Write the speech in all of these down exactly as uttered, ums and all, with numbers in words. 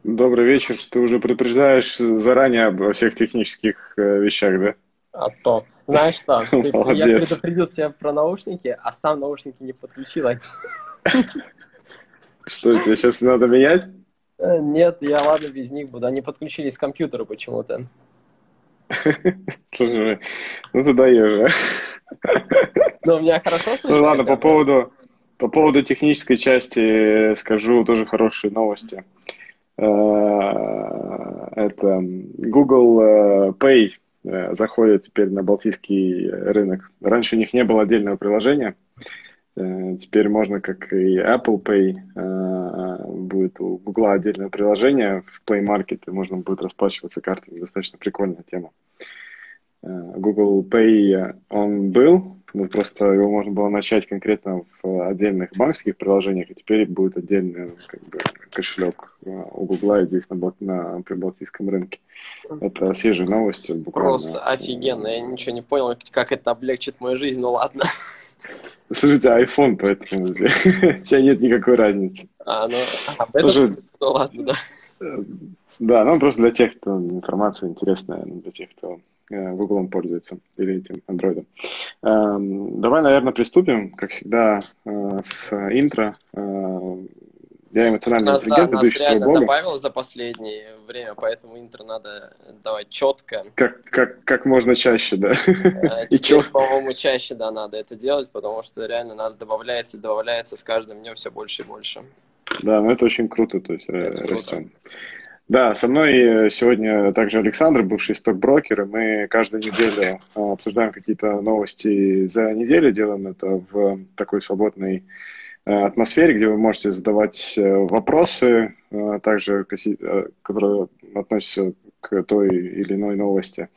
Добрый вечер. Ты уже предупреждаешь заранее обо всех технических э, вещах, да? А то, знаешь что, ты- я Молодец. предупредил тебя про наушники, а сам наушники не подключил. Что, тебе сейчас надо менять? Э, Нет, я ладно без них буду. Они подключились к компьютеру почему-то. Слушай, ну ты даешь, а? Но меня хорошо Ну слышно ладно, по хотя бы. поводу, по поводу технической части скажу тоже хорошие новости. Э, Это Google э, Pay э, заходит теперь на балтийский рынок. Раньше у них не было отдельного приложения. Э, Теперь можно, как и Apple Pay, э, будет у Google отдельное приложение в Play Market, и можно будет расплачиваться картами. Достаточно прикольная тема. Э, Google Pay, э, он был, ну, просто его можно было начать конкретно в отдельных банковских приложениях, и теперь будет отдельный как бы, кошелек э, у Google здесь на, Бал- на прибалтийском рынке. Это свежие новости, Просто буквально. офигенно. Я ничего не понял, как это облегчит мою жизнь, ну ладно. Слушайте, iPhone, поэтому у тебя нет никакой разницы. А, ну, а, в этом Тоже смысле, ну ладно, да. Э, Да, ну просто для тех, кто информация интересная, ну, для тех, кто э, Гуглом пользуется или этим андроидом. Эм, Давай, наверное, приступим, как всегда, э, с интро. Э, Я эмоциональный Нас, да, интеллигент, иду из нас чистого реально бога. добавилось за последнее время, поэтому интро надо давать четко. Как, как, как можно чаще, да. А И чё? теперь, по-моему, чаще, да, надо это делать, потому что реально нас добавляется и добавляется с каждым днем все больше и больше. Да, ну это очень круто, то есть Это э, круто. растем. Да, со мной э, сегодня также Александр, бывший стокброкер, и мы каждую неделю э, обсуждаем какие-то новости за неделю, делаем это в такой свободной э, атмосфере, где вы можете задавать э, вопросы, э, также, коси- э, которые относятся к той или иной новости.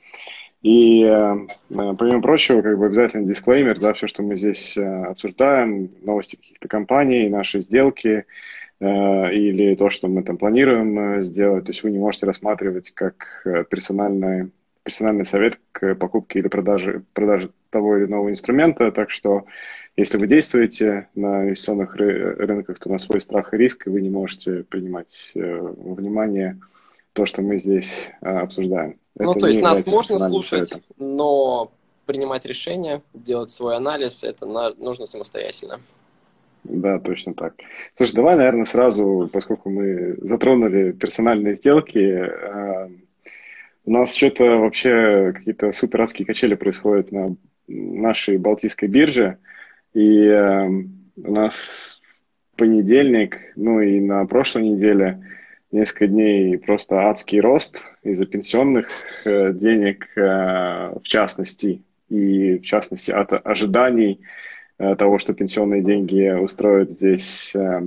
И, э, э, помимо прочего, как бы обязательно дисклеймер, да, все, что мы здесь э, обсуждаем, новости каких-то компаний, наши сделки, э, или то, что мы там планируем э, сделать. То есть вы не можете рассматривать как э, персональный, персональный совет к покупке или продаже, продаже того или иного инструмента. Так что если вы действуете на инвестиционных ры- рынках, то на свой страх и риск вы не можете принимать э, во внимание то, что мы здесь э, обсуждаем. Ну, Это то не есть нас является можно персональным слушать, советом. но принимать решения, делать свой анализ, это на- нужно самостоятельно. Да, точно так. Слушай, давай, наверное, сразу, поскольку мы затронули персональные сделки, э, у нас что-то вообще какие-то супер адские качели происходят на нашей Балтийской бирже. И э, у нас понедельник, ну и на прошлой неделе несколько дней просто адский рост из-за пенсионных э, денег, э, в частности, и в частности от ожиданий э, того, что пенсионные деньги устроят здесь э,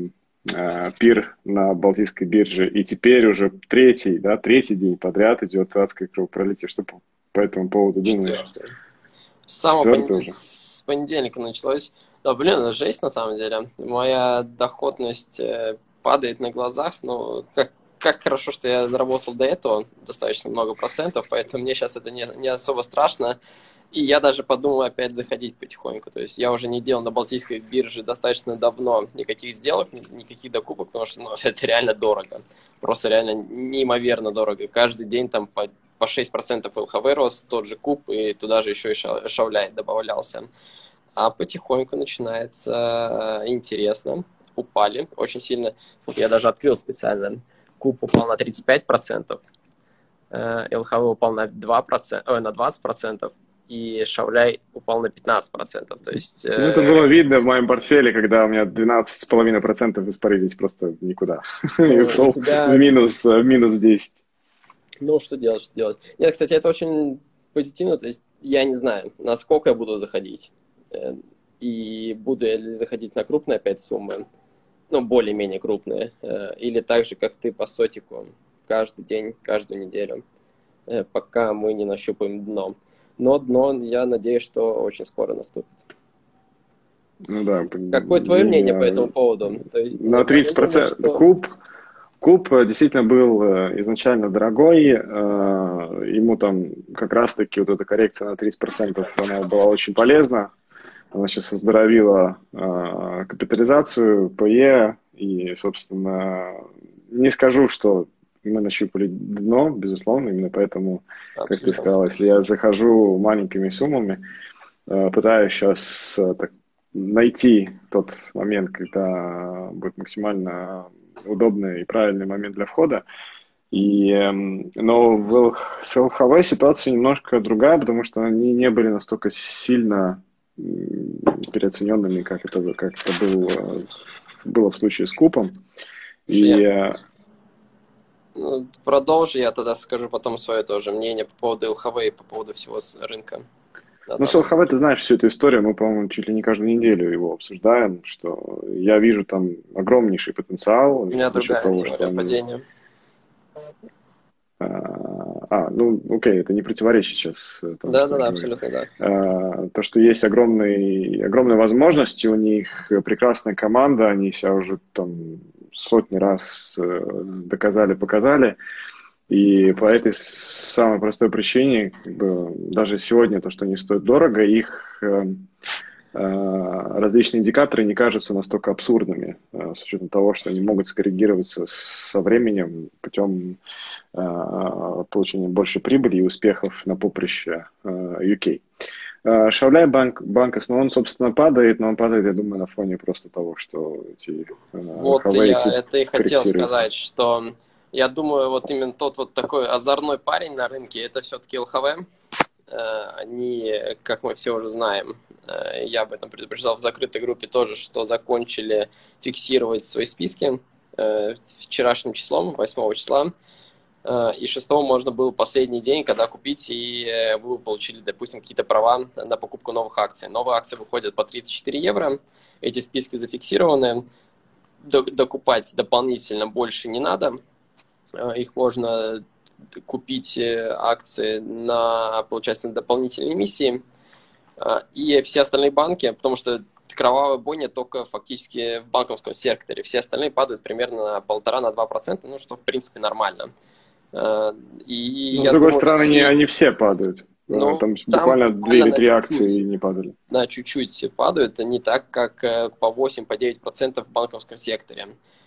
э, пир на Балтийской бирже. И теперь уже третий, да, третий день подряд идет адское кровопролитие. Что по, по этому поводу думаешь? Четвертое. С самого Четвертый понед- уже? с понедельника началось. Да, блин, это жесть на самом деле. Моя доходность э, падает на глазах. Ну, как, как хорошо, что я заработал до этого достаточно много процентов, поэтому мне сейчас это не, не особо страшно. И я даже подумал опять заходить потихоньку. То есть я уже не делал на Балтийской бирже достаточно давно никаких сделок, ни- никаких докупок, потому что ну, это реально дорого. Просто реально неимоверно дорого. Каждый день там по, по шесть процентов эл ха вэ рос, тот же куб, и туда же еще и ша- шавляй добавлялся. А потихоньку начинается э, интересно. Упали очень сильно. Я даже открыл специально. Куб упал на тридцать пять процентов, э, эл ха вэ упал на два процента, ой, на двадцать процентов, и Шавляй упал на пятнадцать процентов. То есть, Ну, это э, было видно в моем портфеле, когда у меня двенадцать с половиной процентов испарились просто никуда. И ну, у ушел в тебя, минус, в минус десять. ну, что делать, что делать. Нет, кстати, это очень позитивно, то есть я не знаю, насколько я буду заходить, э, и буду я ли заходить на крупные опять суммы, ну, более-менее крупные, э, или так же, как ты, по сотику, каждый день, каждую неделю, э, пока мы не нащупаем дно. Но дно, я надеюсь, что очень скоро наступит. Ну да, Какое твое извини, мнение по я этому поводу? То есть, на мое тридцать мнение, процентов что... куб, куб э, действительно был э, изначально дорогой, э, ему там как раз-таки вот эта коррекция на тридцать процентов, она была очень полезна, она сейчас оздоровила э, капитализацию, пэ е, и, собственно, не скажу, что мы нащупали дно, безусловно, именно поэтому, как ты Абсолютно. сказал, если я захожу маленькими суммами, э, пытаюсь сейчас э, так, найти тот момент, когда будет максимально удобный и правильный момент для входа. И, эм, но в Л- с эл эйч ви ситуация немножко другая, потому что они не были настолько сильно м, переоцененными, как это, как это был, э, было в случае с Купом. Слушай, И я э, ну, продолжу, я тогда скажу потом свое тоже мнение по поводу эл эйч ви и по поводу всего с рынка на ну, с данный эл эйч ви момент. ты знаешь всю эту историю, мы, по-моему, чуть ли не каждую неделю его обсуждаем, что я вижу там огромнейший потенциал У меня за счет другая того, что теория они... падения. А, а, ну, окей, это не противоречит сейчас тому, что я Да-да-да, говорю. абсолютно да. А, то, что есть огромные, огромные возможности, у них прекрасная команда, они себя уже там сотни раз э, доказали, показали. И по этой самой простой причине, как бы, даже сегодня то, что они стоят дорого, их э, э, различные индикаторы не кажутся настолько абсурдными, э, с учетом того, что они могут скоррегироваться со временем путем э, получения большей прибыли и успехов на поприще э, ю кей. Э, Шавляй банк, банк, ну, он, собственно, падает, но он падает, я думаю, на фоне просто того, что эти э, Вот эл эйч ви и я Куб это и хотел корректируются. сказать, что я думаю, вот именно тот вот такой озорной парень на рынке, это все-таки эл эйч ви. Э, Они, как мы все уже знаем, э, я об этом предупреждал в закрытой группе тоже, что закончили фиксировать свои списки э, вчерашним числом, восьмого числа. Э, И шестого можно было последний день, когда купить, и э, вы получили, допустим, какие-то права на покупку новых акций. Новые акции выходят по тридцать четыре евро, эти списки зафиксированы, докупать дополнительно больше не надо, Э, их можно купить э, акции на, получается, на дополнительной эмиссии. Э, И все остальные банки, потому что кровавая бойня только фактически в банковском секторе. Все остальные падают примерно на полтора-два процента, ну, что, в принципе, нормально. Э, И Но, с я другой думаю, стороны, не, все они эти... все падают. Э, Ну, Там там буквально две буквально или на три акции чуть-чуть, не падали. на чуть-чуть падают, не так, как э, по восемь-девять процентов в банковском секторе.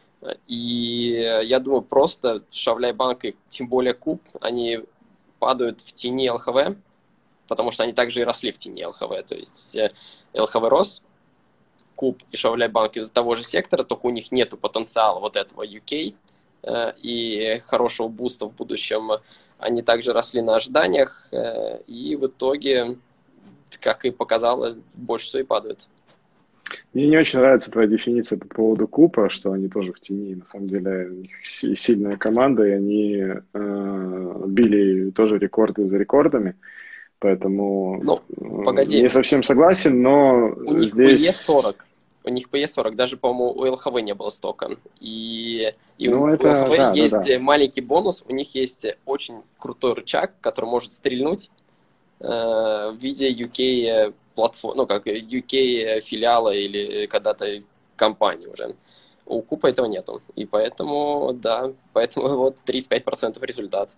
И я думаю, просто Шавляй банк и тем более Куб, они падают в тени эл эйч ви, потому что они также и росли в тени эл эйч ви. То есть э, эл эйч ви рос, Куб и Шавляй банк из того же сектора, только у них нет потенциала вот этого ю кей э, и хорошего буста в будущем. Они также росли на ожиданиях, э, и в итоге, как и показало, больше всего и падают. Мне не очень нравится твоя дефиниция по поводу Купа, что они тоже в тени. На самом деле, у них си- сильная команда, и они э, били тоже рекорды за рекордами. Поэтому Ну, э, погоди, не совсем согласен, но у них пэ е здесь, сорок. У них пэ е сорок, даже, по-моему, у эл эйч ви не было столько. И, и у, ну, у это, эл эйч ви да, да, есть да. маленький бонус, у них есть очень крутой рычаг, который может стрельнуть э, в виде ю кей платформ, ну, как ю кей филиала или когда-то компании уже. У Купа этого нету. И поэтому, да, поэтому вот тридцать пять процентов результат.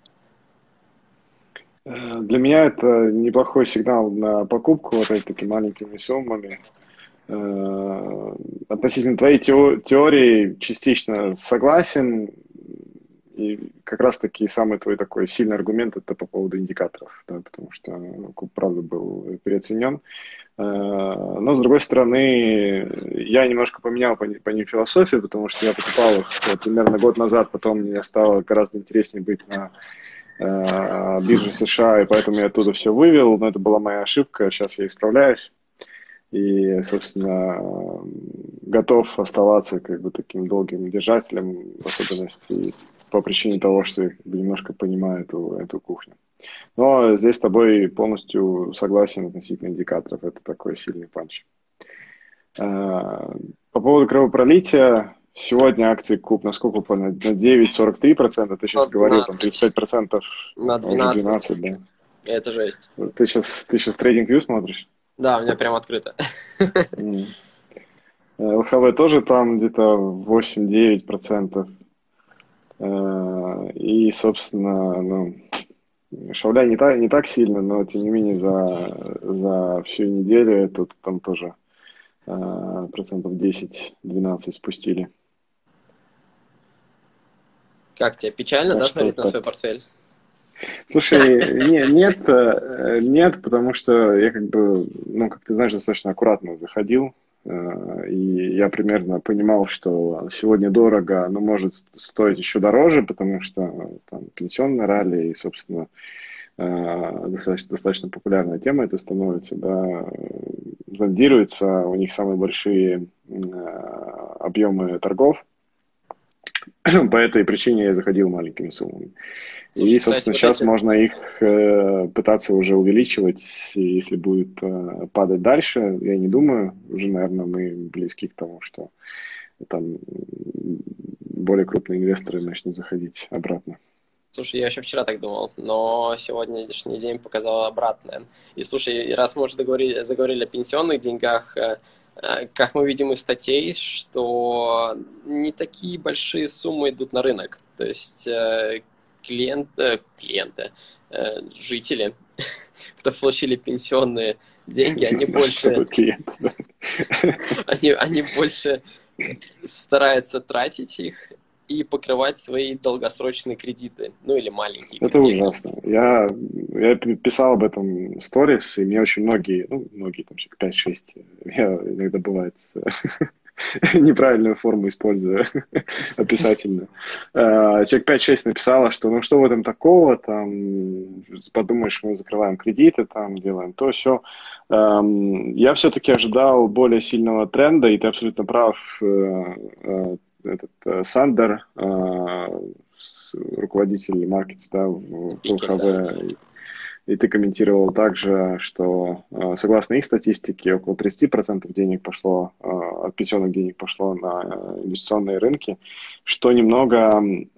Э, Для меня это неплохой сигнал на покупку, опять-таки, маленькими суммами. Э, Относительно твоей тео- теории частично согласен. И как раз-таки самый твой такой сильный аргумент это по поводу индикаторов, да, потому что ну, куб, правда, был переоценен. Э, Но, с другой стороны, я немножко поменял по, по ним философию, потому что я покупал их э, примерно год назад, потом мне стало гораздо интереснее быть на э, бирже США, и поэтому я оттуда все вывел, но это была моя ошибка, сейчас я исправляюсь. И, собственно, готов оставаться как бы таким долгим держателем, в особенности по причине того, что я как бы немножко понимаю эту, эту кухню. Но здесь с тобой полностью согласен относительно индикаторов. Это такой сильный панч. А, По поводу кровопролития, сегодня акции Куб на сколько упали? На девять целых сорок три процента. Ты На сейчас говорил, там тридцать двенадцать, пять процентов, на а уже двенадцать. двенадцать, да. Это жесть. Ты сейчас, ты сейчас TradingView смотришь? Да, у меня прям открыто. М. эл эйч ви тоже там где-то восемь-девять процентов. Э, И, собственно, ну, Шауляй не так, не так сильно, но тем не менее за, за всю неделю тут там тоже э, процентов десять-двенадцать спустили. Как тебе, печально, Так да, что смотреть на так. свой портфель? Слушай, не, нет, э, нет, потому что я как бы, ну, как ты знаешь, достаточно аккуратно заходил, э, и я примерно понимал, что сегодня дорого, но может стоить еще дороже, потому что там пенсионные ралли и, собственно, э, достаточно, достаточно популярная тема это становится, да, зондируется, у них самые большие э, объемы торгов, по этой причине я заходил маленькими суммами. И, Слушай, кстати, собственно, вот сейчас эти... можно их э, пытаться уже увеличивать, если будет э, падать дальше. Я не думаю, уже, наверное, мы близки к тому, что там м, более крупные инвесторы начнут заходить обратно. Слушай, я еще вчера так думал, но сегодняшний день показал обратное. И слушай, раз мы уже договорили, заговорили о пенсионных деньгах, э, э, как мы видим из статей, что не такие большие суммы идут на рынок. То есть э, клиент, э, клиенты, э, жители, кто получили пенсионные деньги, они Что больше, такое клиент? Да. они, они больше стараются тратить их и покрывать свои долгосрочные кредиты, ну или маленькие Это кредиты. ужасно. Я, я писал об этом сторис, и мне очень многие, ну, многие, там, человек пять-шесть, я иногда бывает неправильную форму использую описательную. Э, Человек пять-шесть написала, что ну что в этом такого, там, подумаешь, мы закрываем кредиты, там, делаем то, все. Я все-таки ожидал более сильного тренда, и ты абсолютно прав, э, э, этот э, Сандер, э, с- руководитель маркетинга, да, в в Пики, да. эл эйч ви, и ты комментировал также, что э, согласно их статистике, около тридцать процентов денег пошло, э, от пенсионных денег пошло на э, инвестиционные рынки, что немного м,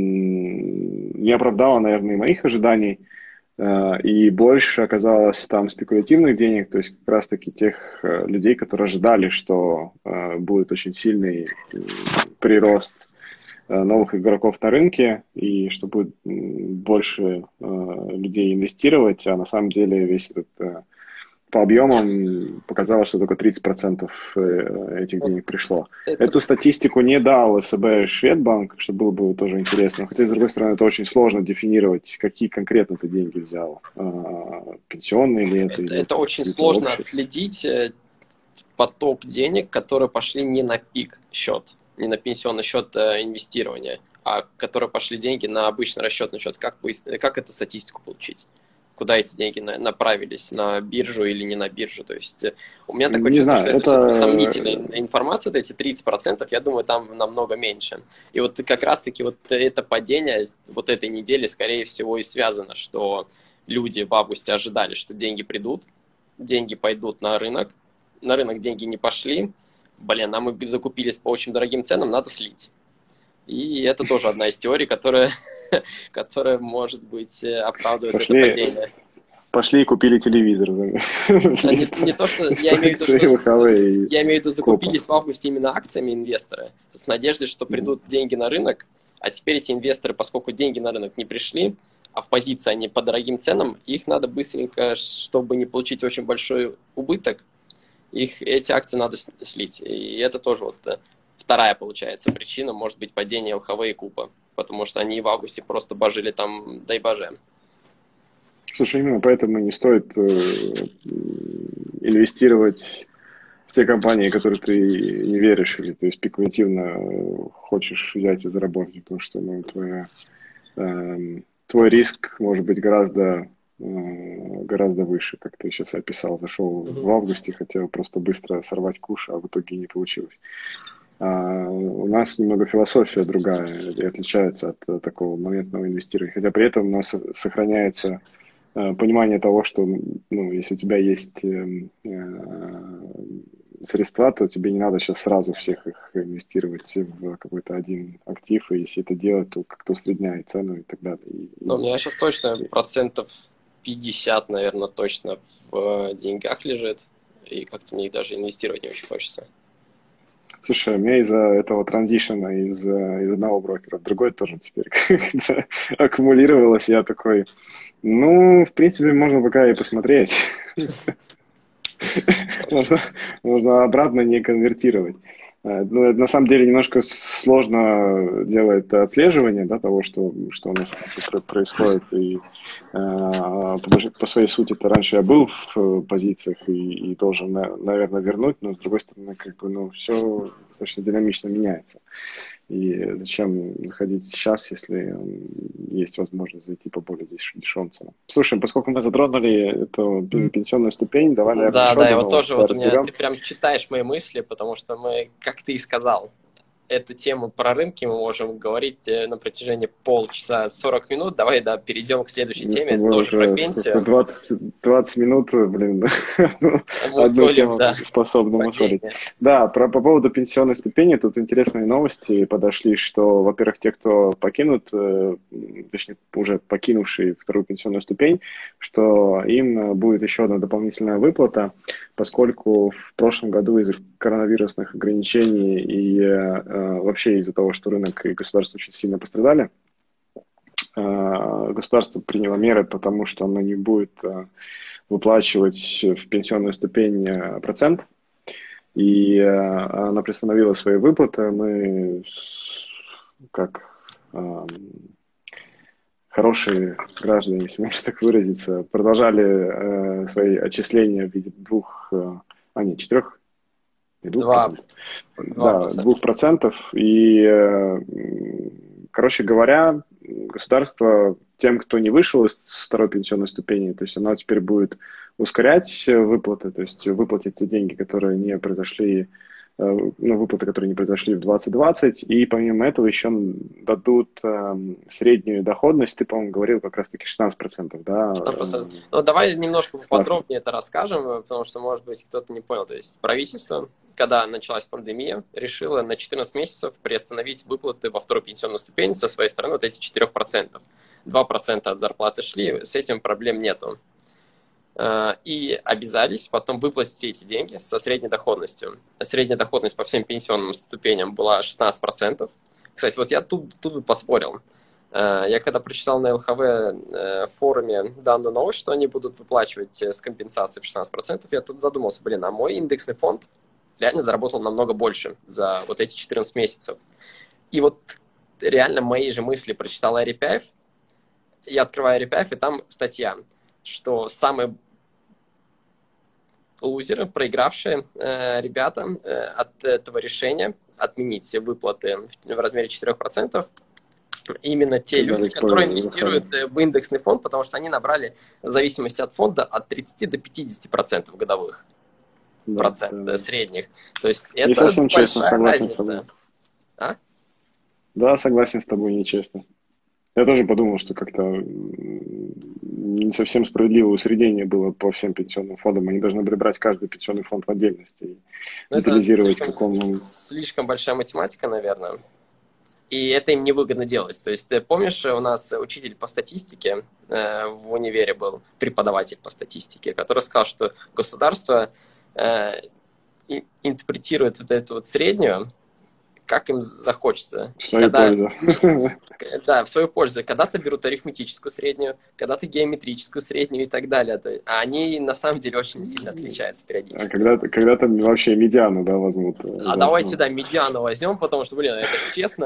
не оправдало, наверное, и моих ожиданий, э, и больше оказалось там спекулятивных денег, то есть как раз-таки тех э, людей, которые ожидали, что э, будет очень сильный м, прирост э, новых игроков на рынке, и что будет м, больше э, людей инвестировать, а на самом деле весь этот э, по объемам показалось, что только тридцать процентов э, этих Вот денег пришло. это, Эту статистику не дал СБ Шведбанк, что было бы тоже интересно. Хотя, с другой стороны, это очень сложно дефинировать, какие конкретно ты деньги взял. А, Пенсионные ли это, это, или это это очень какие-то сложно общие. отследить э, поток денег, которые пошли не на пик счет, не на пенсионный счет э, инвестирования, а которые пошли деньги на обычный расчетный счет. Как, вы, как эту статистику получить? Куда эти деньги на, направились, на биржу или не на биржу? То есть э, у меня такое Не чувство, знаю, что это все-таки это сомнительная информация, вот эти тридцать процентов, я думаю, там намного меньше. И вот как раз-таки вот это падение вот этой недели, скорее всего, и связано, что люди в августе ожидали, что деньги придут, деньги пойдут на рынок, на рынок деньги не пошли, блин, а мы закупились по очень дорогим ценам, надо слить. И это тоже одна из теорий, которая, которая может быть, э, оправдывает это пошли, падение. пошли и купили телевизор А не, вместо, не то, что вместо я имею в виду, что акций с- с- эл эйч ви и я имею в виду, Копа. закупились в августе именно акциями инвесторы с надеждой, что Мгм. придут деньги на рынок, а теперь эти инвесторы, поскольку деньги на рынок не пришли, а в позиции они по дорогим ценам, их надо быстренько, чтобы не получить очень большой убыток, их, эти акции надо с- слить. И это тоже вот э, вторая, получается, причина, может быть, падения эл эйч ви и Купа, потому что они в августе просто божили там, дай боже. Слушай, именно поэтому не стоит э, инвестировать в те компании, в которые ты не веришь, или ты спекулятивно э, хочешь взять и заработать, потому что ну, твоя, эм, твой риск может быть гораздо, э, гораздо выше, как ты сейчас описал. Зашел в Мгм. августе, хотел просто быстро сорвать куш, а в итоге не получилось. А у нас немного философия другая и отличается от э, такого моментного инвестирования. Хотя при этом у нас сохраняется э, понимание того, что ну, если у тебя есть э, э, средства, то тебе не надо сейчас сразу всех их инвестировать в какой-то один актив, и если это делать, то как-то усредняет цену и так далее. И, Но у и- меня сейчас точно и- процентов пятьдесят, наверное, точно в э, деньгах лежит, и как-то мне их даже инвестировать не очень хочется. Слушай, у меня из-за этого транзишена из, э, из одного брокера в другой тоже теперь как-то аккумулировалось. Я такой, ну, в принципе, можно пока и посмотреть. Можно, можно обратно не конвертировать. Э, Ну, это на самом деле немножко сложно делает отслеживание, да, того, что, что у нас про- происходит. И э, по, больш- по своей сути, это раньше я был в э, позициях и, и должен, на- наверное, вернуть, но с другой стороны, как бы, ну, все достаточно динамично меняется. И зачем заходить сейчас, если м, есть возможность зайти по более деш- дешевым ценам? Слушай, поскольку мы затронули эту пен- пенсионную ступень, давай, наверное, Да, еще да, и одну вот новость тоже вот у меня, разберем. ты прям читаешь мои мысли, потому что мы, как ты и сказал, эту тему про рынки мы можем говорить э, на протяжении полчаса, сорок минут. Давай, да, перейдем к следующей Мы с теме, тобой тоже про уже сколько, пенсию. двадцать двадцать минут, блин, ну, одну Мусолим, тему да, способны про мусолить. деньги. Да, про, по поводу пенсионной ступени, тут интересные новости подошли, что, во-первых, те, кто покинут, э, точнее, уже покинувшие вторую пенсионную ступень, что им э, будет еще одна дополнительная выплата, поскольку в прошлом году из-за коронавирусных ограничений и э, э, вообще из-за того, что рынок и государство очень сильно пострадали, э, государство приняло меры, потому что оно не будет э, выплачивать в пенсионную ступень э, процент, и э, она приостановила свои выплаты. Мы, как э, хорошие граждане, если можно так выразиться, продолжали э, свои отчисления в виде двух, э, а нет, четырех, не двух Два, процентов, два да, процента. двух процентов. И, э, короче говоря, государство тем, кто не вышел из второй пенсионной ступени, то есть оно теперь будет ускорять выплаты, то есть выплатить те деньги, которые не произошли, э, ну, выплаты, которые не произошли в двадцать двадцать, и помимо этого еще дадут э, среднюю доходность, ты, по-моему, говорил как раз-таки шестнадцать процентов, да? шестнадцать процентов. Ну, давай немножко Ставка. поподробнее это расскажем, потому что, может быть, кто-то не понял. То есть правительство, когда началась пандемия, решило на четырнадцать месяцев приостановить выплаты во второй пенсионной ступени со своей стороны вот эти четыре процента. два процента от зарплаты шли, с этим проблем нету. И обязались потом выплатить все эти деньги со средней доходностью. Средняя доходность по всем пенсионным ступеням была шестнадцать процентов. Кстати, вот я тут, тут поспорил. Я когда прочитал на эл ха вэ форуме данную новость, что они будут выплачивать с компенсацией в шестнадцать процентов, я тут задумался, блин, а мой индексный фонд реально заработал намного больше за вот эти четырнадцать месяцев. И вот реально мои же мысли прочитал Larry Page. Я открываю Larry Page, и там статья, что самые лузеры, проигравшие э, ребята э, от этого решения отменить все выплаты в, в размере четыре процента, именно те люди, которые инвестируют в индексный фонд, потому что они набрали в зависимости от фонда от тридцати до пятидесяти процентов годовых, да, процент да. средних. То есть это не совсем честно, согласен разница. С тобой. А? Да, согласен с тобой, нечестно. Я тоже подумал, что как-то не совсем справедливое усреднение было по всем пенсионным фондам. Они должны были брать каждый пенсионный фонд в отдельности и детализировать, это слишком, какому... слишком большая математика, наверное. И это им невыгодно делать. То есть, ты помнишь, у нас учитель по статистике э, в универе был, преподаватель по статистике, который сказал, что государство э, интерпретирует вот эту вот среднюю, как им захочется. В свою когда... пользу. Да, в свою пользу. Когда-то берут арифметическую среднюю, когда-то геометрическую среднюю и так далее. А они на самом деле очень сильно отличаются периодически. А когда-то, когда-то вообще медиану, да, возьмут. А давайте, да, медиану возьмем, потому что, блин, это же честно.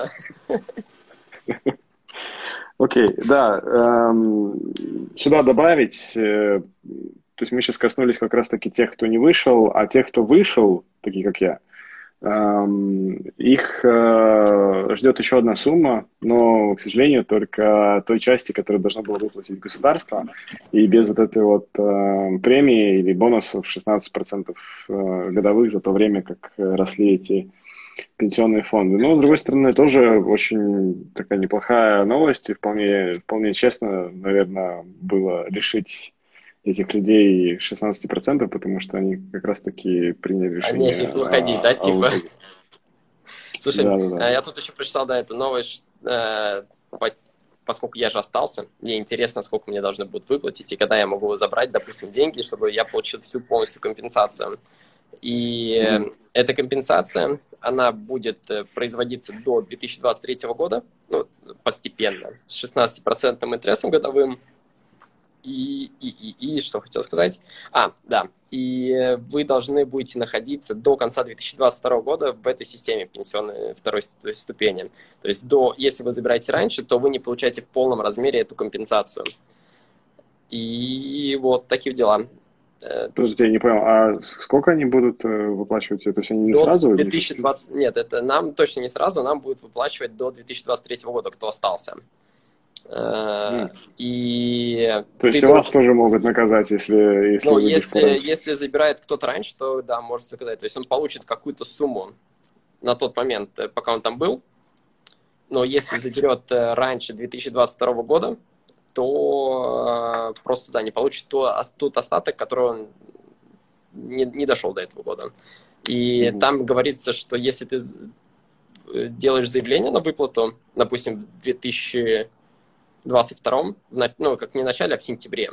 Окей, okay, да. Эм, сюда добавить, э, то есть мы сейчас коснулись как раз-таки тех, кто не вышел, а тех, кто вышел, такие как я, их ждет еще одна сумма, но, к сожалению, только той части, которую должно было выплатить государство, и без вот этой вот премии или бонусов шестнадцать процентов годовых за то время, как росли эти пенсионные фонды. Но, с другой стороны, тоже очень такая неплохая новость, и вполне, вполне честно, наверное, было решить этих людей шестнадцать процентов, потому что они как раз-таки приняли решение. А нефиг выходить, да, типа? Слушай, да, да, да. я тут еще прочитал, да, эту новость, поскольку я же остался, мне интересно, сколько мне должны будут выплатить, и когда я могу забрать, допустим, деньги, чтобы я получил всю полностью компенсацию. И mm-hmm. эта компенсация, она будет производиться до две тысячи двадцать третьего года, ну, постепенно, с шестнадцатипроцентным интересом годовым. И, и, и, и что хотел сказать? А, да. И вы должны будете находиться до конца две тысячи двадцать второго года в этой системе пенсионной второй ступени. То есть до, если вы забираете раньше, то вы не получаете в полном размере эту компенсацию. И вот такие дела. Подожди, я не понял, а сколько они будут выплачивать? То есть они не до сразу? две тысячи двадцатого... Нет, это нам точно не сразу, нам будут выплачивать до две тысячи двадцать третьего года, кто остался. Mm. И то есть и вас тоже могут наказать, если, если ну, если, если забирает кто-то раньше, то да, может заказать. То есть он получит какую-то сумму на тот момент, пока он там был. Но если заберет раньше две тысячи двадцать второго года, то просто да, не получит то, тот остаток, который он не, не дошел до этого года. И mm-hmm. там говорится, что если ты делаешь заявление на выплату, допустим, в две тысячи двадцать втором, ну, как не в начале, а в сентябре.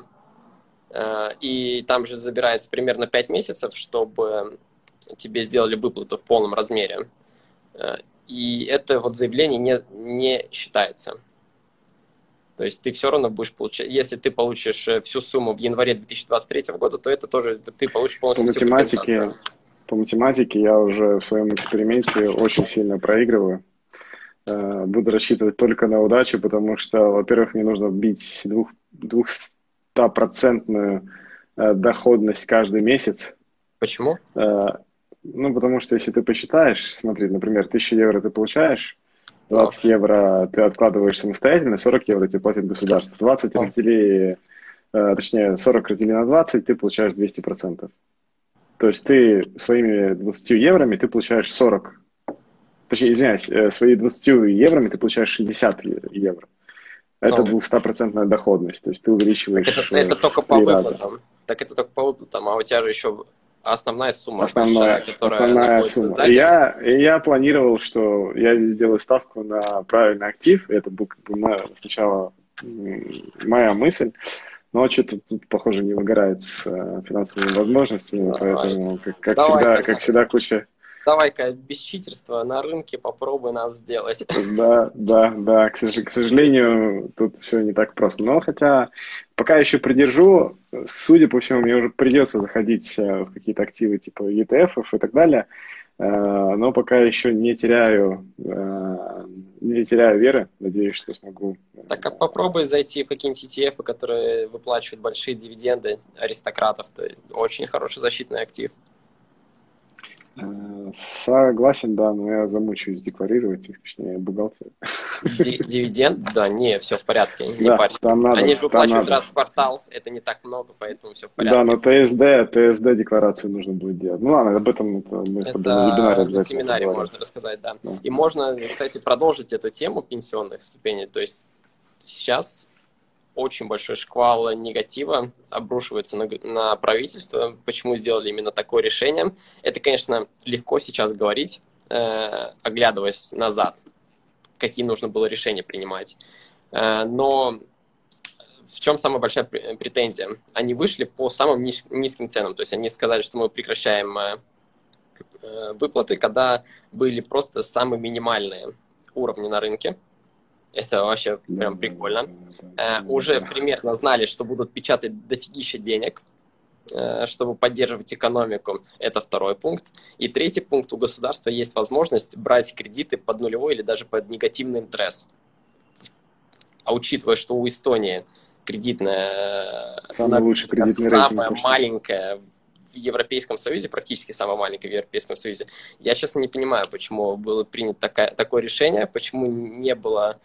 И там же забирается примерно пять месяцев, чтобы тебе сделали выплату в полном размере. И это вот заявление не, не считается. То есть ты все равно будешь получать, если ты получишь всю сумму в январе две тысячи двадцать третьего года, то это тоже ты получишь полностью по всю математике, по математике я уже в своем эксперименте очень сильно проигрываю. Буду рассчитывать только на удачу, потому что, во-первых, мне нужно бить двухстопроцентную доходность каждый месяц. Почему? Ну, потому что если ты посчитаешь, смотри, например, тысячу евро ты получаешь, двадцать евро ты откладываешь самостоятельно, сорок евро тебе платит государство. двадцать раздели, точнее, сорок раздели на двадцать, ты получаешь двести процентов. То есть ты своими двадцатью еврами ты получаешь сорок. Точнее, извиняюсь, свои двадцатью еврами ты получаешь шестьдесят евро. Это ну, двухстопроцентная доходность. То есть ты увеличиваешь так это, это только по выплатам. Так это только по выплатам, а у тебя же еще основная сумма основная, большая, которая основная сумма. И я, и я планировал, что я сделаю ставку на правильный актив. Это был как бы моя, сначала моя мысль. Но что-то тут, похоже, не выгорает с финансовыми возможностями. Давай. Поэтому, как, как, всегда, как всегда, куча... Давай-ка без читерства на рынке попробуй нас сделать. Да, да, да. К сожалению, тут все не так просто. Но хотя пока еще придержу, судя по всему, мне уже придется заходить в какие-то активы типа и ти эф и так далее. Но пока еще не теряю, не теряю веры. Надеюсь, что смогу. Так а попробуй зайти в какие-нибудь и ти эф, которые выплачивают большие дивиденды аристократов. Это очень хороший защитный актив. Согласен, да, но я замучаюсь декларировать их, точнее, бухгалтер. Дивиденд? Да, не, все в порядке, не да, парься. Там надо, Они же выплачивают надо. раз в квартал, это не так много, поэтому все в порядке. Да, но ТСД, ТСД декларацию нужно будет делать. Ну ладно, об этом это мы с тобой это на вебинаре обязательно. В семинаре можно рассказать, да. да. И можно, кстати, продолжить эту тему пенсионных ступеней. То есть сейчас очень большой шквал негатива обрушивается на, на правительство. Почему сделали именно такое решение? Это, конечно, легко сейчас говорить, э, оглядываясь назад, какие нужно было решения принимать. Э, но в чем самая большая претензия? Они вышли по самым ниж, низким ценам. То есть они сказали, что мы прекращаем э, выплаты, когда были просто самые минимальные уровни на рынке. Это вообще прям прикольно. Э, уже примерно знали, что будут печатать дофигища денег, э, чтобы поддерживать экономику. Это второй пункт. И третий пункт. У государства есть возможность брать кредиты под нулевой или даже под негативный интерес. А учитывая, что у Эстонии кредитная... Самый лучший кредитный рейтинг. Самая маленькая в Европейском Союзе, практически самая маленькая в Европейском Союзе. Я, честно, не понимаю, почему было принято такое, такое решение, почему не было...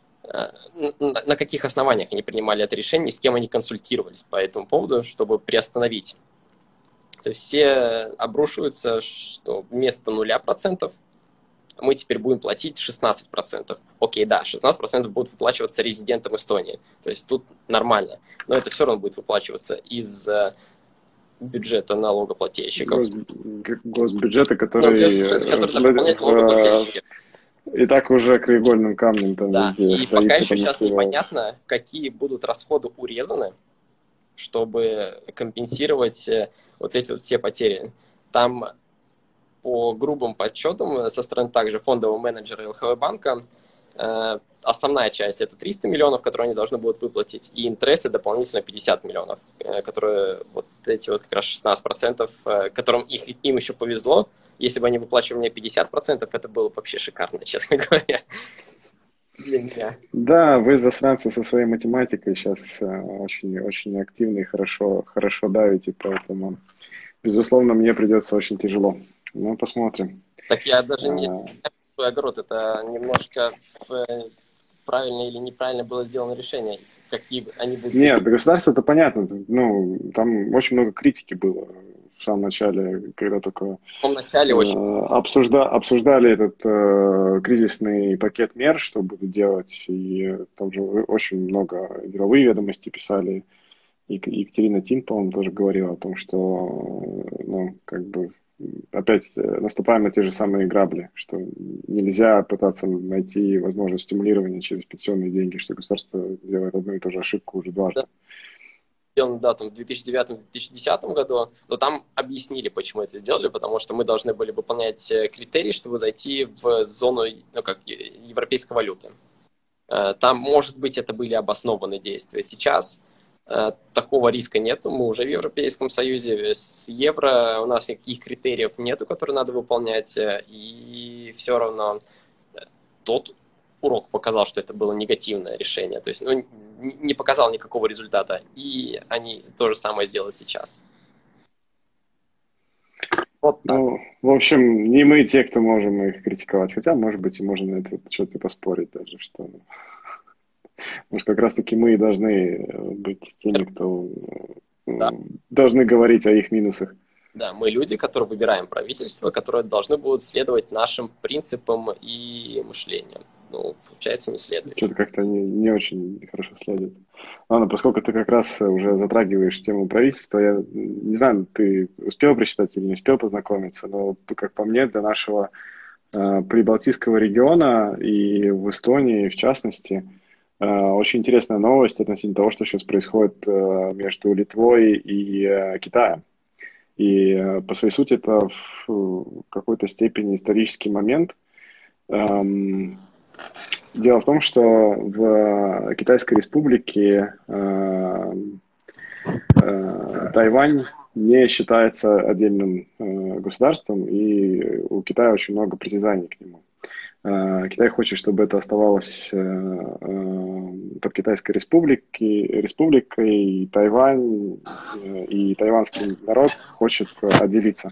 на каких основаниях они принимали это решение, с кем они консультировались по этому поводу, чтобы приостановить. То есть все обрушиваются, что вместо нуля процентов мы теперь будем платить шестнадцать процентов. Окей, да, шестнадцать процентов будут выплачиваться резидентам Эстонии. То есть тут нормально. Но это все равно будет выплачиваться из бюджета налогоплательщиков. Госбюджета, который... Ну, госбюджет, который дополняет налогоплательщики. И так уже краеугольным камнем там да, везде и стоит. пока еще сейчас непонятно, какие будут расходы урезаны, чтобы компенсировать вот эти вот все потери. Там по грубым подсчетам со стороны также фондового менеджера эл ха вэ банка Э, Основная часть – это триста миллионов, которые они должны будут выплатить, и интересы дополнительно пятьдесят миллионов, э, которые вот эти вот как раз шестнадцать процентов, э, которым их, им еще повезло. Если бы они выплачивали мне пятьдесят процентов, это было бы вообще шикарно, честно говоря, для меня. Да, вы, засранцы, со своей математикой сейчас очень, очень активно и хорошо, хорошо давите, поэтому, безусловно, мне придется очень тяжело. Ну, посмотрим. Так я даже не А, свой огород, это немножко в, правильно или неправильно было сделано решение, какие они будут вести. Нет, государство это понятно. Ну, там очень много критики было в самом начале, когда только В самом начале э, очень обсужда, обсуждали этот э, кризисный пакет мер, что будут делать. И там же очень много деловые ведомости писали. И Екатерина Тин, по-моему, тоже говорила о том, что, э, ну, как бы опять э, наступаем на те же самые грабли, что нельзя пытаться найти возможность стимулирования через пенсионные деньги, что государство делает одну и ту же ошибку уже дважды. сделано, да, там, в две тысячи девятом — две тысячи десятом году, но там объяснили, почему это сделали, потому что мы должны были выполнять критерии, чтобы зайти в зону, ну, как, европейской валюты. Там, может быть, это были обоснованные действия. Сейчас такого риска нету, мы уже в Европейском Союзе, с евро у нас никаких критериев нету, которые надо выполнять, и все равно тот урок показал, что это было негативное решение, то есть, ну, не показал никакого результата, и они то же самое сделают сейчас. Вот так. Ну, в общем, не мы те, кто можем их критиковать, хотя, может быть, и можно на это что-то поспорить даже, что, может, как раз-таки мы и должны быть теми, кто Да. должны говорить о их минусах. Да, мы люди, которые выбираем правительство, которые должны будут следовать нашим принципам и мышлению. Ну, получается, не следует. Что-то как-то не, не очень хорошо следует. Ладно, поскольку ты как раз уже затрагиваешь тему правительства, я не знаю, ты успел прочитать или не успел познакомиться, но, как по мне, для нашего э, прибалтийского региона и в Эстонии, в частности, э, очень интересная новость относительно того, что сейчас происходит э, между Литвой и э, Китаем. И э, по своей сути это в какой-то степени исторический момент. Эм, Дело в том, что в Китайской республике э, э, Тайвань не считается отдельным э, государством, и у Китая очень много притязаний к нему. Э, Китай хочет, чтобы это оставалось э, э, под Китайской республикой, республикой, и Тайвань э, и тайванский народ хочет отделиться.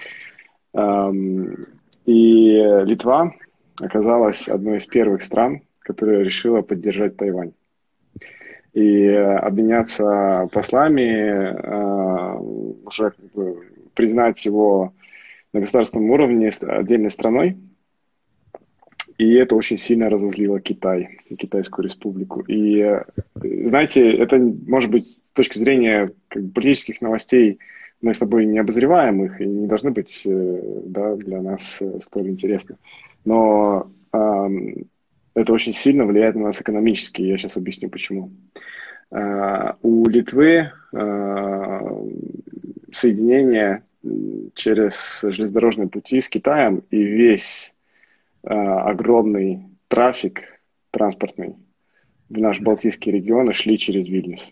Э, и Литва оказалась одной из первых стран, которая решила поддержать Тайвань. И обменяться послами, уже как бы признать его на государственном уровне отдельной страной. И это очень сильно разозлило Китай, Китайскую республику. И, знаете, это, может быть, с точки зрения как бы, политических новостей, мы с тобой не обозреваем их и не должны быть, да, для нас столь интересны. Но э, это очень сильно влияет на нас экономически, я сейчас объясню почему. Э, у Литвы э, соединение через железнодорожные пути с Китаем и весь э, огромный трафик транспортный в наш Балтийский регион шли через Вильнюс.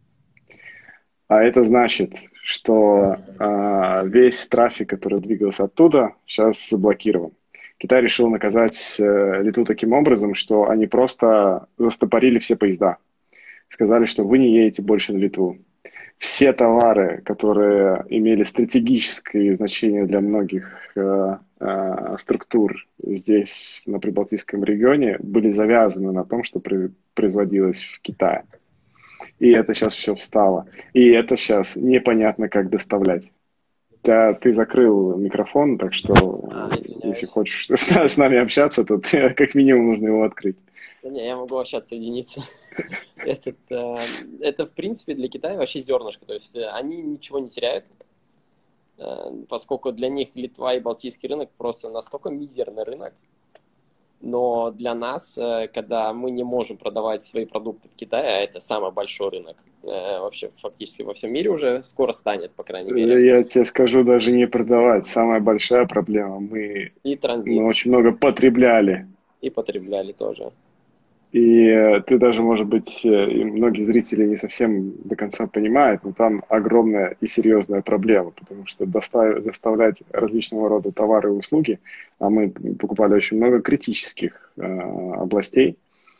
А это значит, что э, весь трафик, который двигался оттуда, сейчас заблокирован. Китай решил наказать э, Литву таким образом, что они просто застопорили все поезда. Сказали, что вы не едете больше на Литву. Все товары, которые имели стратегическое значение для многих э, э, структур здесь, на Прибалтийском регионе, были завязаны на том, что при, производилось в Китае. И это сейчас все встало. И это сейчас непонятно, как доставлять. Ты, ты закрыл микрофон, так что А, если хочешь с, с нами общаться, то ты, как минимум нужно его открыть. Да не, я могу вообще отсоединиться. Этот, э, это, в принципе, для Китая вообще зернышко. То есть они ничего не теряют, э, поскольку для них Литва и Балтийский рынок просто настолько мизерный рынок. Но для нас, э, когда мы не можем продавать свои продукты в Китае, а это самый большой рынок, э, вообще фактически во всем мире уже скоро станет, по крайней мере. Я тебе скажу, даже не продавать. Самая большая проблема. Мы, И транзит. мы очень много потребляли. И потребляли тоже. И э, ты даже, может быть, э, и многие зрители не совсем до конца понимают, но там огромная и серьезная проблема, потому что доставить, доставлять различного рода товары и услуги, а мы покупали очень много критических э, областей,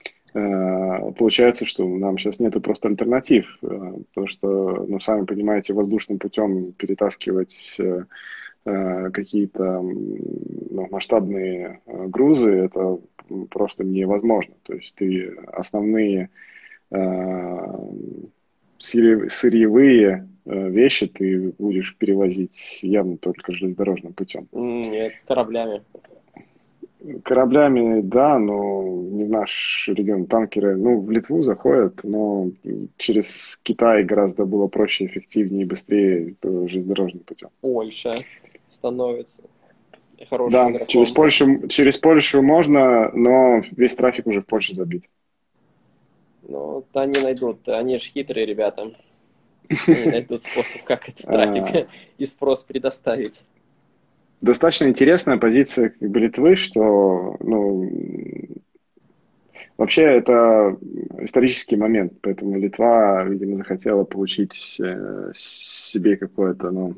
э, получается, что нам сейчас нету просто альтернатив, э, потому что, ну, сами понимаете, воздушным путем перетаскивать э, э, какие-то м, ну, масштабные э, грузы, это просто невозможно. То есть ты основные э, сырье- сырьевые э, вещи ты будешь перевозить явно только железнодорожным путем. М, Нет, кораблями. Кораблями, да, но не в наш регион. Танкеры, ну, в Литву заходят, но через Китай гораздо было проще, эффективнее и быстрее э, железнодорожным путем. Польша становится. Хороший Да, через игроком будет. Польшу, через Польшу можно, но весь трафик уже в Польше забит. Ну, да, они найдут. Они же хитрые ребята. Они найдут способ, как этот А, трафик и спрос предоставить. Достаточно интересная позиция как бы Литвы, что, ну, вообще это исторический момент, поэтому Литва, видимо, захотела получить э, себе какое-то, ну,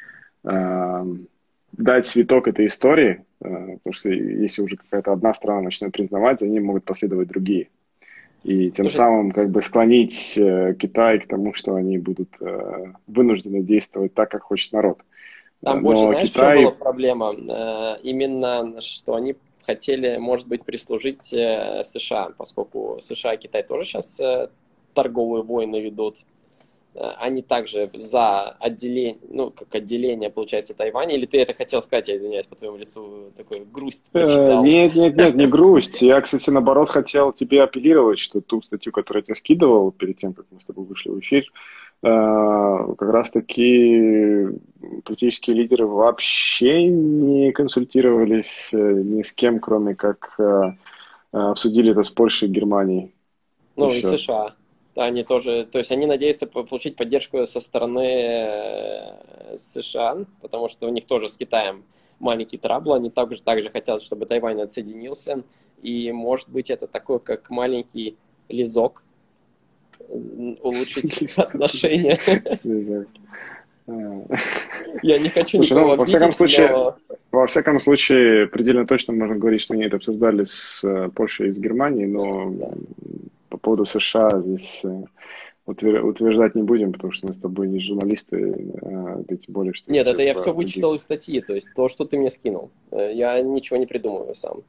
э, дать цветок этой истории, э, потому что если уже какая-то одна страна начнет признавать, за ним могут последовать другие. И тем Слушай, самым как бы склонить э, Китай к тому, что они будут э, вынуждены действовать так, как хочет народ. Э, там больше, Но знаешь, в чем была Китай, проблема? Э, Именно, что они хотели, может быть, прислужить э, США, поскольку США и Китай тоже сейчас э, торговые войны ведут. Э, Они также за отделение, ну, как отделение, получается, Тайваня. Или ты это хотел сказать, я извиняюсь, по твоему лицу такой грусть э, прочитал. нет, нет, нет, не грусть. Я, кстати, наоборот, хотел тебе апеллировать, что ту статью, которую я тебе скидывал перед тем, как мы с тобой вышли в эфир, э, как раз-таки политические лидеры вообще не консультировались э, ни с кем, кроме как э, э, обсудили это с Польшей и Германией. И Ну, и все. США. Они тоже, то есть они надеются по- получить поддержку со стороны э, США, потому что у них тоже с Китаем маленький трабл, они также, также хотят, чтобы Тайвань отсоединился, и может быть это такой, как маленький лизок, м, улучшить отношения. Я не хочу Слушай, никого ну, во всяком обидеть, случае, но во всяком случае, предельно точно можно говорить, что они это обсуждали с э, Польшей и с Германией, но м, да. по поводу США здесь э, утвер- утверждать не будем, потому что мы с тобой не журналисты, э, да тем более, что Нет, где это я в все других. вычитал из статьи, то есть то, что ты мне скинул. Э, Я ничего не придумываю сам.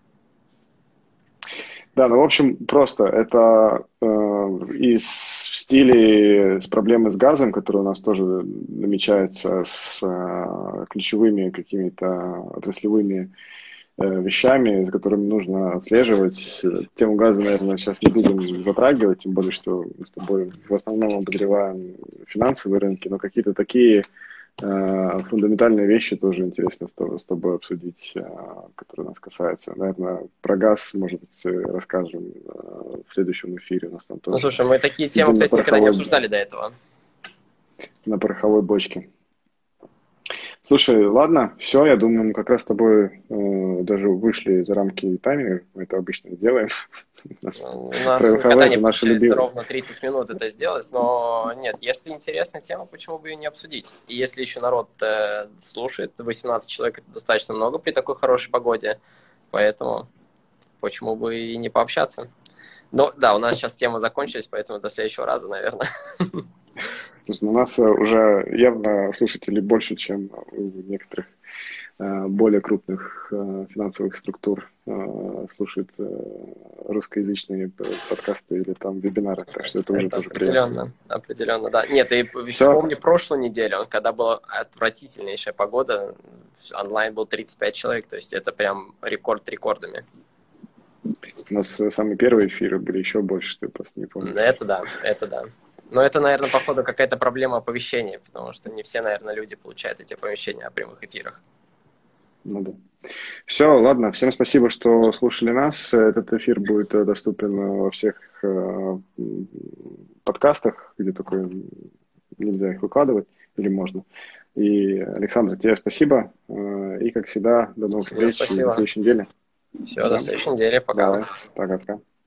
Да, ну, в общем, просто это э, из в стиле с проблемой с газом, которая у нас тоже намечается с э, ключевыми какими-то отраслевыми э, вещами, за которыми нужно отслеживать. Тему газа, наверное, сейчас не будем затрагивать, тем более, что мы с тобой в основном обозреваем финансовые рынки, но какие-то такие э, фундаментальные вещи тоже интересно с тобой, с тобой обсудить, э, которые нас касаются. Наверное, про газ, может быть, э, расскажем э, в следующем эфире. У нас там Ну, тоже слушай, мы такие темы, сидим на кстати, никогда не пороховой, обсуждали до этого. на пороховой бочке. Слушай, ладно, все, я думаю, мы как раз с тобой э, даже вышли за рамки тайминга, мы это обычно делаем. У нас У нас пороховая — никогда не это наша получается любимая. ровно тридцать минут это сделать, но нет, если интересная тема, почему бы ее не обсудить? И если еще народ э, слушает, восемнадцать человек это достаточно много при такой хорошей погоде, поэтому почему бы и не пообщаться? Но да, у нас сейчас темы закончились, поэтому до следующего раза, наверное. Слушай, ну, у нас э, уже явно слушателей больше, чем у некоторых э, более крупных э, финансовых структур э, слушают э, русскоязычные п- подкасты или там вебинары, так что это уже Это тоже приятно. определенно, определенно, да. Нет, и Все, вспомни прошлую неделю, когда была отвратительнейшая погода, онлайн был тридцать пять человек, то есть это прям рекорд рекордами. у нас э, самые первые эфиры были еще больше, ты просто не помнишь. Это да, это да. Но это, наверное, походу какая-то проблема оповещения, потому что не все, наверное, люди получают эти оповещения о прямых эфирах. Ну да. Все, ладно, всем спасибо, что слушали нас. Этот эфир будет э, доступен э, во всех э, м, подкастах, где только нельзя их выкладывать, или можно. И, Александр, тебе спасибо. Э, И, как всегда, до новых Тебе встреч и до спасибо. следующей недели. Все, Да. до следующей недели. Пока. Давай, пока-пока.